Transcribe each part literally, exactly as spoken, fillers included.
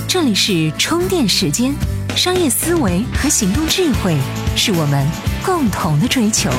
这里是充电时间，商业思维和行动智慧是我们共同的追求。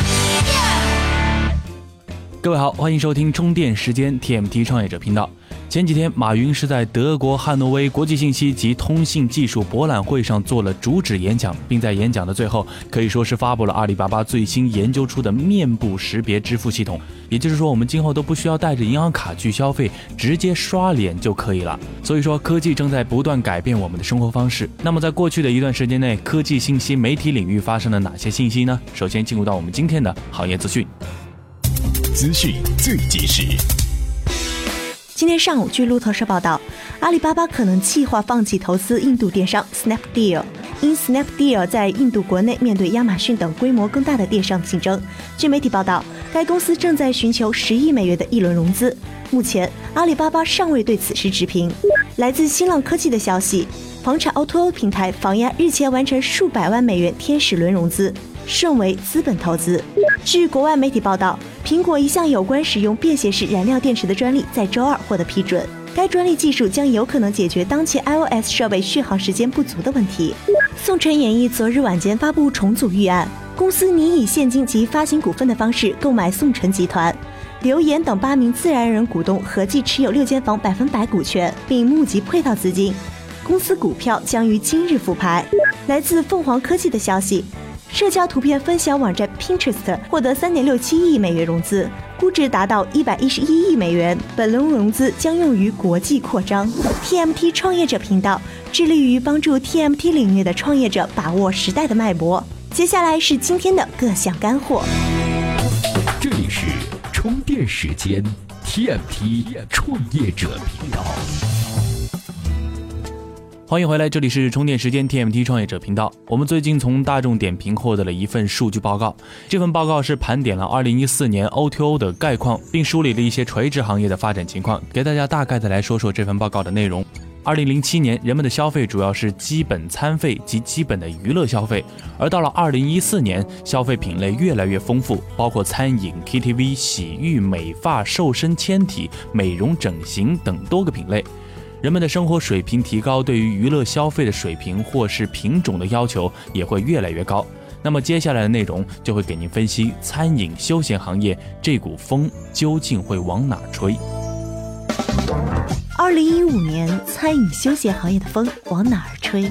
各位好，欢迎收听充电时间 T M T 创业者频道。前几天，马云是在德国汉诺威国际信息及通信技术博览会上做了主旨演讲，并在演讲的最后可以说是发布了阿里巴巴最新研究出的面部识别支付系统。也就是说，我们今后都不需要带着银行卡去消费，直接刷脸就可以了。所以说，科技正在不断改变我们的生活方式。那么在过去的一段时间内，科技信息媒体领域发生了哪些信息呢？首先进入到我们今天的行业资讯。 资讯最及时。 今天上午，据路透社报道，阿里巴巴可能计划放弃投资印度电商 Snapdeal， 因 Snapdeal 在印度国内面对亚马逊等规模更大的电商竞争。据媒体报道，该公司正在寻求十亿美元的一轮融资。目前，阿里巴巴尚未对此持持平。来自新浪科技的消息，房产 O to O 平台房亚日前完成数百万美元天使轮融资，顺为资本投资。据国外媒体报道，苹果一项有关使用便携式燃料电池的专利在周二获得批准。该专利技术将有可能解决当前 iOS 设备续航时间不足的问题。宋晨演艺昨日晚间发布重组预案，公司拟以现金及发行股份的方式购买宋晨集团。刘岩等八名自然人股东合计持有六间房百分百股权，并募集配套资金。公司股票将于今日复牌。来自凤凰科技的消息，社交图片分享网站 Pinterest 获得 三点六七亿美元融资，估值达到一百一十一亿美元。本轮融资将用于国际扩张。T M T 创业者频道致力于帮助 T M T 领域的创业者把握时代的脉搏。接下来是今天的各项干货。 这里是充电时间 T M T 创业者频道。 欢迎回来，这里是充电时间 T M T 创业者频道。我们最近从大众点评获得了一份数据报告，这份报告是盘点了二零一四年 O to O 的概况，并梳理了一些垂直行业的发展情况，给大家大概的来说说这份报告的内容。二零零七年，人们的消费主要是基本餐费及基本的娱乐消费，而到了二零一四年，消费品类越来越丰富，包括餐饮、K T V、洗浴、美发、瘦身纤体、美容整形等多个品类。人们的生活水平提高，对于娱乐消费的水平或是品种的要求也会越来越高。那么接下来的内容就会给您分析餐饮休闲行业这股风究竟会往哪吹。 二零一五年餐饮休闲行业的风往哪儿吹？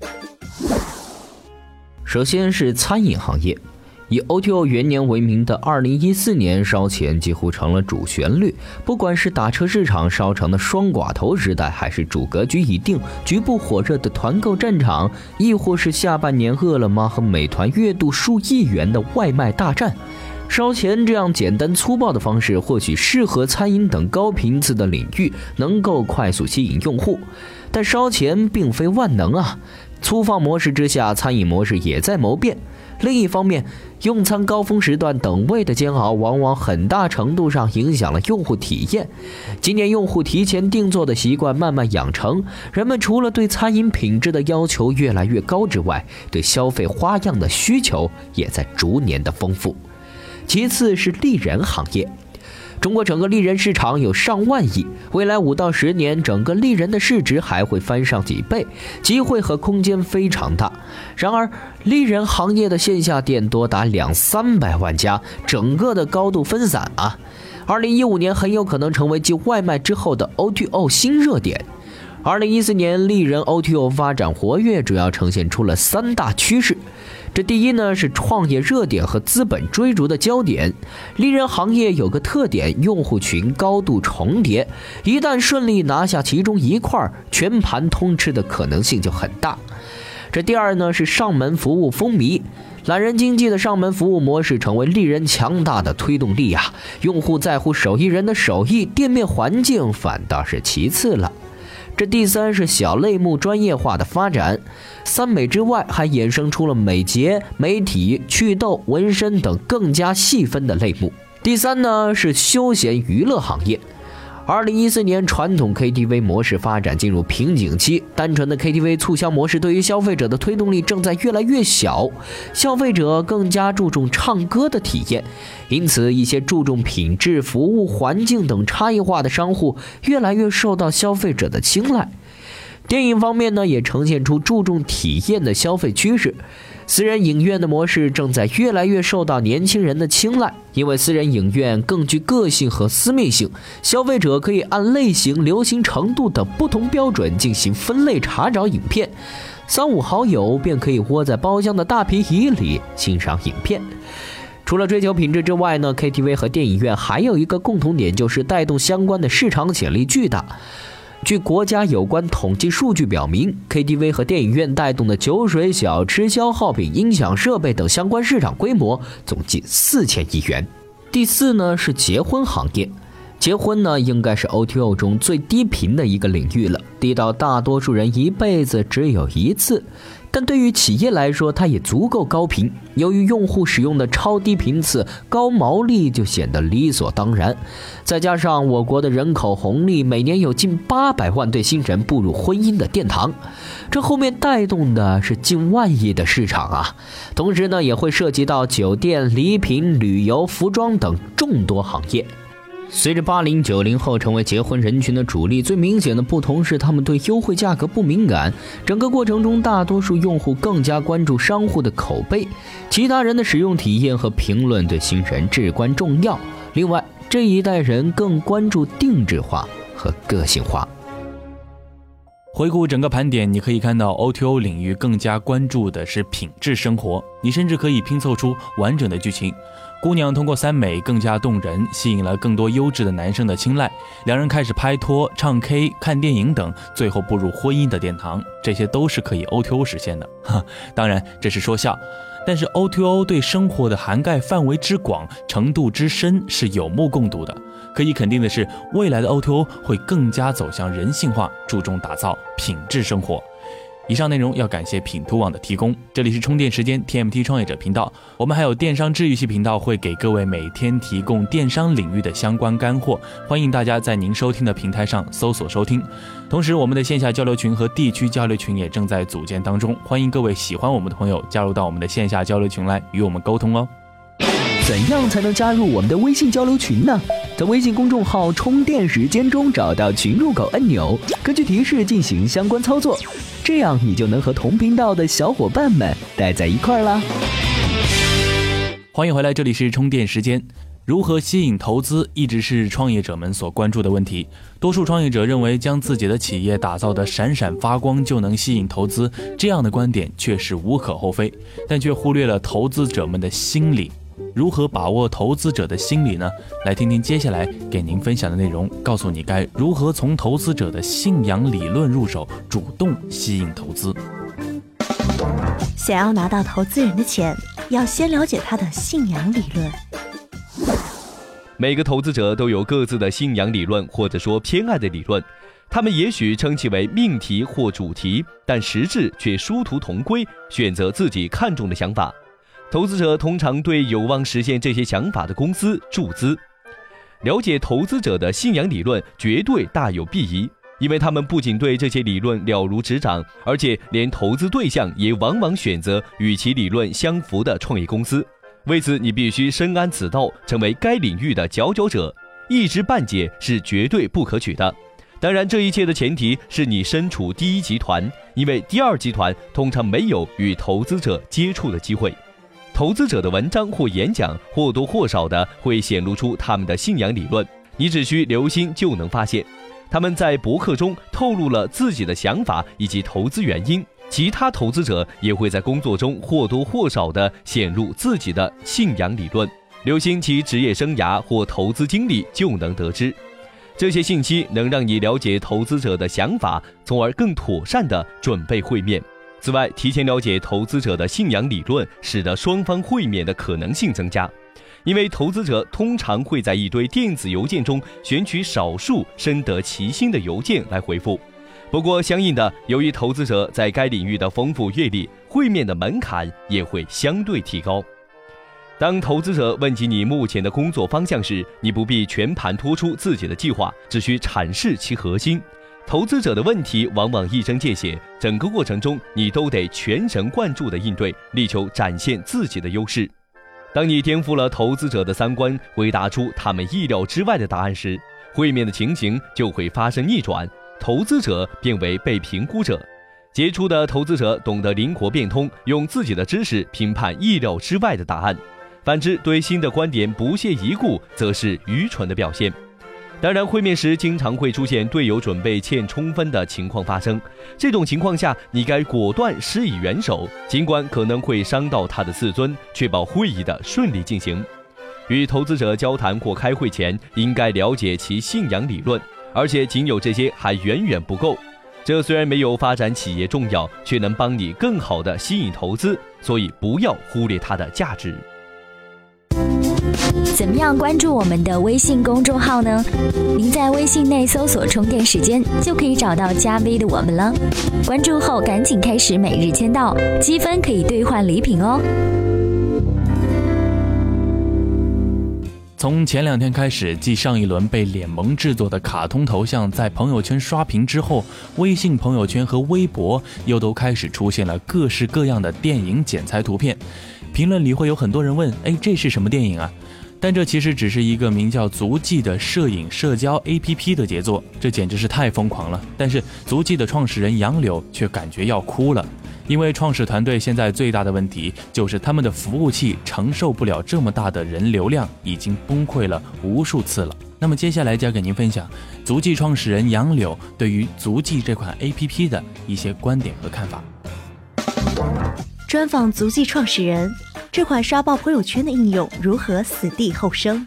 首先是餐饮行业。以 O to O 元年为名的二零一四年，烧钱几乎成了主旋律。不管是打车市场烧成的双寡头时代，还是主格局已定、局部火热的团购战场，亦或是下半年饿了么和美团月度数亿元的外卖大战，烧钱这样简单粗暴的方式，或许适合餐饮等高频次的领域，能够快速吸引用户。但烧钱并非万能啊！粗放模式之下，餐饮模式也在谋变。另一方面，用餐高峰时段等位的煎熬，往往很大程度上影响了用户体验。今年用户提前订座的习惯慢慢养成，人们除了对餐饮品质的要求越来越高之外，对消费花样的需求也在逐年的丰富。其次是丽人行业。中国整个丽人市场有上万亿，未来五到十年，整个丽人的市值还会翻上几倍，机会和空间非常大。然而，丽人行业的线下店多达两三百万家，整个的高度分散啊。二零一五年很有可能成为继外卖之后的 O to O 新热点。二零一四年，丽人 O to O 发展活跃，主要呈现出了三大趋势。这第一呢是创业热点和资本追逐的焦点。丽人行业有个特点，用户群高度重叠，一旦顺利拿下其中一块，全盘通吃的可能性就很大。这第二呢是上门服务风靡。懒人经济的上门服务模式成为丽人强大的推动力啊！用户在乎手艺人的手艺，店面环境反倒是其次了。这第三是小类目专业化的发展，三美之外还衍生出了美睫、美体、祛痘、纹身等更加细分的类目。第三呢是休闲娱乐行业。二零一四年，传统 K T V 模式发展进入瓶颈期，单纯的 K T V 促销模式对于消费者的推动力正在越来越小，消费者更加注重唱歌的体验，因此一些注重品质、服务环境等差异化的商户越来越受到消费者的青睐。 电影方面呢，也呈现出注重体验的消费趋势。私人影院的模式正在越来越受到年轻人的青睐，因为私人影院更具个性和私密性，消费者可以按类型、流行程度等不同标准进行分类查找影片，三五好友便可以窝在包厢的大皮椅里欣赏影片。除了追求品质之外呢 ，K T V 和电影院还有一个共同点，就是带动相关的市场潜力巨大。据国家有关统计数据表明 ，K T V 和电影院带动的酒水、小吃、消耗品、音响设备等相关市场规模总计四千亿元。第四呢是结婚行业。结婚呢，应该是 O T O 中最低频的一个领域了，低到大多数人一辈子只有一次。但对于企业来说，它也足够高频。由于用户使用的超低频次，高毛利就显得理所当然。再加上我国的人口红利，每年有近八百万对新人步入婚姻的殿堂，这后面带动的是近万亿的市场啊！同时呢，也会涉及到酒店、礼品、旅游、服装等众多行业。随着八零九零后成为结婚人群的主力，最明显的不同是他们对优惠价格不敏感，整个过程中大多数用户更加关注商户的口碑，其他人的使用体验和评论对新人至关重要。另外，这一代人更关注定制化和个性化。 回顾整个盘点，你可以看到 O T O 领域更加关注的是品质生活，你甚至可以拼凑出完整的剧情。姑娘通过三美更加动人，吸引了更多优质的男生的青睐，两人开始拍拖、唱 K、看电影等，最后步入婚姻的殿堂，这些都是可以 O T O 实现的。当然这是说笑，但是 O T O 对生活的涵盖范围之广、程度之深是有目共睹的。可以肯定的是，未来的 O T O 会更加走向人性化，注重打造品质生活。以上内容要感谢品图网的提供。这里是充电时间 T M T 创业者频道，我们还有电商治愈系频道，会给各位每天提供电商领域的相关干货，欢迎大家在您收听的平台上搜索收听。同时，我们的线下交流群和地区交流群也正在组建当中，欢迎各位喜欢我们的朋友加入到我们的线下交流群来与我们沟通哦。 怎样才能加入我们的微信交流群呢？在微信公众号充电时间中找到群入口按钮，根据提示进行相关操作，这样你就能和同频道的小伙伴们待在一块啦。 欢迎回来，这里是充电时间。如何吸引投资一直是创业者们所关注的问题。多数创业者认为将自己的企业打造得闪闪发光就能吸引投资，这样的观点确实无可厚非，但却忽略了投资者们的心理。如何把握投资者的心理呢？来听听接下来给您分享的内容，告诉你该如何从投资者的信仰理论入手，主动吸引投资。 想要拿到投资人的钱，要先了解他的信仰理论。 每个投资者都有各自的信仰理论，或者说偏爱的理论，他们也许称其为命题或主题，但实质却殊途同归，选择自己看重的想法。投资者通常对有望实现这些想法的公司注资。了解投资者的信仰理论绝对大有裨益，因为他们不仅对这些理论了如指掌，而且连投资对象也往往选择与其理论相符的创业公司。为此，你必须深谙此道，成为该领域的佼佼者。一知半解是绝对不可取的。当然，这一切的前提是你身处第一集团，因为第二集团通常没有与投资者接触的机会。投资者的文章或演讲或多或少的会显露出他们的信仰理论，你只需留心就能发现。他们在博客中透露了自己的想法以及投资原因，其他投资者也会在工作中或多或少的显露自己的信仰理论，留心其职业生涯或投资经历就能得知。这些信息能让你了解投资者的想法，从而更妥善地准备会面。此外，提前了解投资者的信仰理论，使得双方会面的可能性增加。因为投资者通常会在一堆电子邮件中选取少数深得其心的邮件来回复。不过相应的，由于投资者在该领域的丰富阅历，会面的门槛也会相对提高。当投资者问及你目前的工作方向时，你不必全盘托出自己的计划，只需阐释其核心。投资者的问题往往一针见血，整个过程中你都得全神贯注地应对，力求展现自己的优势。当你颠覆了投资者的三观，回答出他们意料之外的答案时，会面的情形就会发生逆转， 投资者变为被评估者。杰出的投资者懂得灵活变通，用自己的知识评判意料之外的答案。反之，对新的观点不屑一顾，则是愚蠢的表现。当然，会面时经常会出现队友准备欠充分的情况发生。这种情况下，你该果断施以援手，尽管可能会伤到他的自尊，确保会议的顺利进行。与投资者交谈或开会前，应该了解其信仰理论，而且仅有这些还远远不够。这虽然没有发展企业重要，却能帮你更好地吸引投资，所以不要忽略它的价值。 怎么样关注我们的微信公众号呢？您在微信内搜索充电时间，就可以找到加 V 的我们了。关注后赶紧开始每日签到，积分可以兑换礼品哦。 从前两天开始，继上一轮被脸萌制作的卡通头像在朋友圈刷屏之后，微信朋友圈和微博又都开始出现了各式各样的电影剪裁图片。评论里会有很多人问，哎，这是什么电影啊？但这其实只是一个名叫足迹的摄影社交 A P P 的杰作，这简直是太疯狂了。但是足迹的创始人杨柳却感觉要哭了，因为创始团队现在最大的问题就是他们的服务器承受不了这么大的人流量，已经崩溃了无数次了。那么接下来就要给您分享足迹创始人杨柳对于足迹这款 A P P 的一些观点和看法。 专访足迹创始人，这款刷爆朋友圈的应用如何死地后生？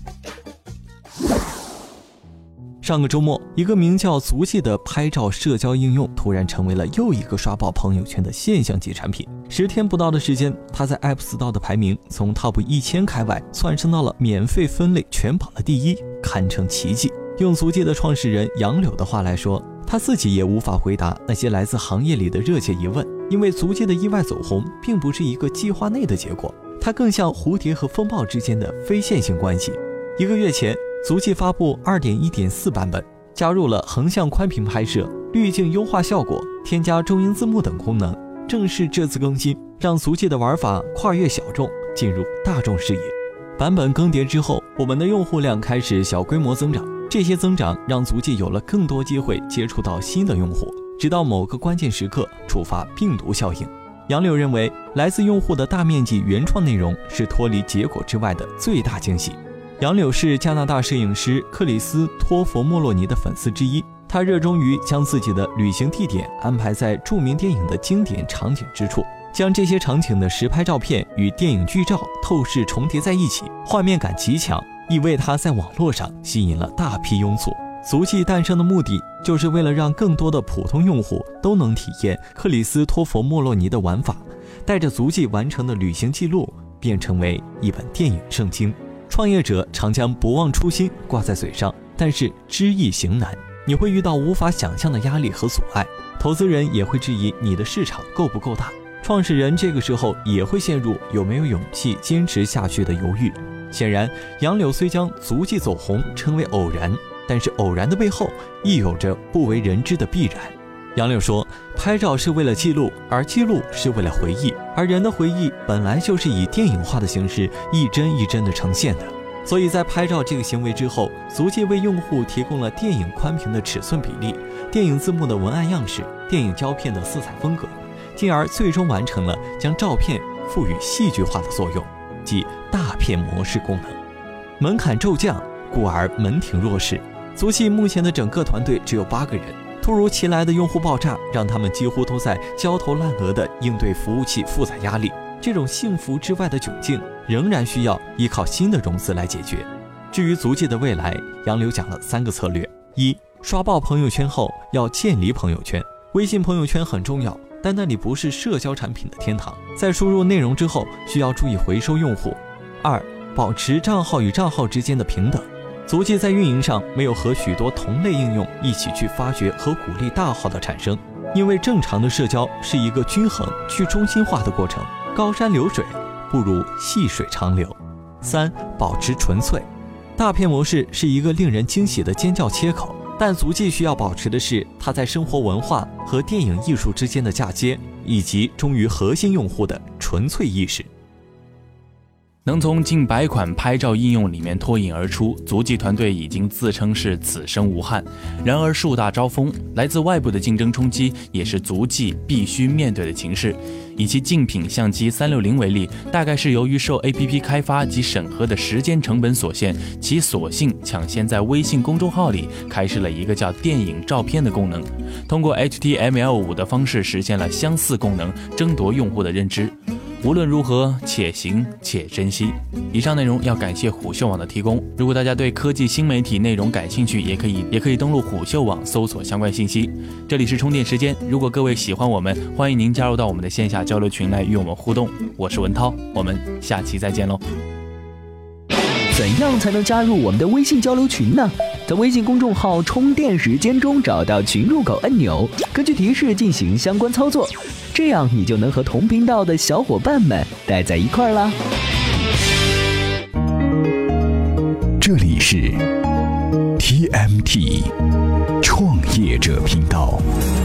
上个周末，一个名叫足迹的拍照社交应用突然成为了又一个刷爆朋友圈的现象级产品。十天不到的时间，它在 App Store 的排名从 Top 一千开外窜升到了免费分类全榜的第一，堪称奇迹。用足迹的创始人杨柳的话来说，他自己也无法回答那些来自行业里的热切疑问，因为足迹的意外走红并不是一个计划内的结果，它更像蝴蝶和风暴之间的非线性关系。一个月前，足迹发布 二点一点四 版本，加入了横向宽屏拍摄、滤镜优化效果、添加中英字幕等功能。正是这次更新，让足迹的玩法跨越小众，进入大众视野。版本更迭之后，我们的用户量开始小规模增长，这些增长让足迹有了更多机会接触到新的用户，直到某个关键时刻触发病毒效应。杨柳认为，来自用户的大面积原创内容是脱离结果之外的最大惊喜。杨柳是加拿大摄影师克里斯托弗莫洛尼的粉丝之一，他热衷于将自己的旅行地点安排在著名电影的经典场景之处，将这些场景的实拍照片与电影剧照透视重叠在一起，画面感极强，亦为他在网络上吸引了大批拥簇。足迹诞生的目的就是为了让更多的普通用户都能体验克里斯托弗莫洛尼的玩法，带着足迹完成的旅行记录便成为一本电影圣经。创业者常将不忘初心挂在嘴上，但是知易行难，你会遇到无法想象的压力和阻碍，投资人也会质疑你的市场够不够大，创始人这个时候也会陷入有没有勇气坚持下去的犹豫。显然，杨柳虽将足迹走红称为偶然，但是偶然的背后亦有着不为人知的必然。杨柳说，拍照是为了记录，而记录是为了回忆，而人的回忆本来就是以电影化的形式一帧一帧的呈现的。所以在拍照这个行为之后，足迹为用户提供了电影宽屏的尺寸比例、电影字幕的文案样式、电影胶片的色彩风格，进而最终完成了将照片赋予戏剧化的作用，即大片模式功能。门槛骤降，故而门庭若市。足迹目前的整个团队只有八个人，突如其来的用户爆炸让他们几乎都在焦头烂额地应对服务器负载压力。这种幸福之外的窘境仍然需要依靠新的融资来解决。至于足迹的未来，杨柳讲了三个策略：一、刷爆朋友圈后要建立朋友圈。微信朋友圈很重要，但那里不是社交产品的天堂，在输入内容之后需要注意回收用户。二、保持账号与账号之间的平等。足迹在运营上没有和许多同类应用一起去发掘和鼓励大号的产生，因为正常的社交是一个均衡、去中心化的过程，高山流水不如细水长流。三、保持纯粹。大片模式是一个令人惊喜的尖叫切口，但足迹需要保持的是它在生活文化和电影艺术之间的嫁接，以及忠于核心用户的纯粹意识。 能从近百款拍照应用里面脱颖而出，足迹团队已经自称是此生无憾。然而树大招风，来自外部的竞争冲击也是足迹必须面对的情势。以其竞品相机三六零为例，大概是由于受 A P P 开发及审核的时间成本所限，其索性抢先在微信公众号里开设了一个叫电影照片的功能，通过 H T M L 五 的方式实现了相似功能，争夺用户的认知。无论如何，且行且珍惜。以上内容要感谢虎嗅网的提供。如果大家对科技新媒体内容感兴趣，也可以也可以登录虎嗅网搜索相关信息。这里是充电时间，如果各位喜欢我们，欢迎您加入到我们的线下交流群来与我们互动。我是文涛，我们下期再见喽。 怎样才能加入我们的微信交流群呢？在微信公众号充电时间中找到群入口按钮，根据提示进行相关操作，这样你就能和同频道的小伙伴们待在一块儿啦。 这里是 T M T 创业者频道。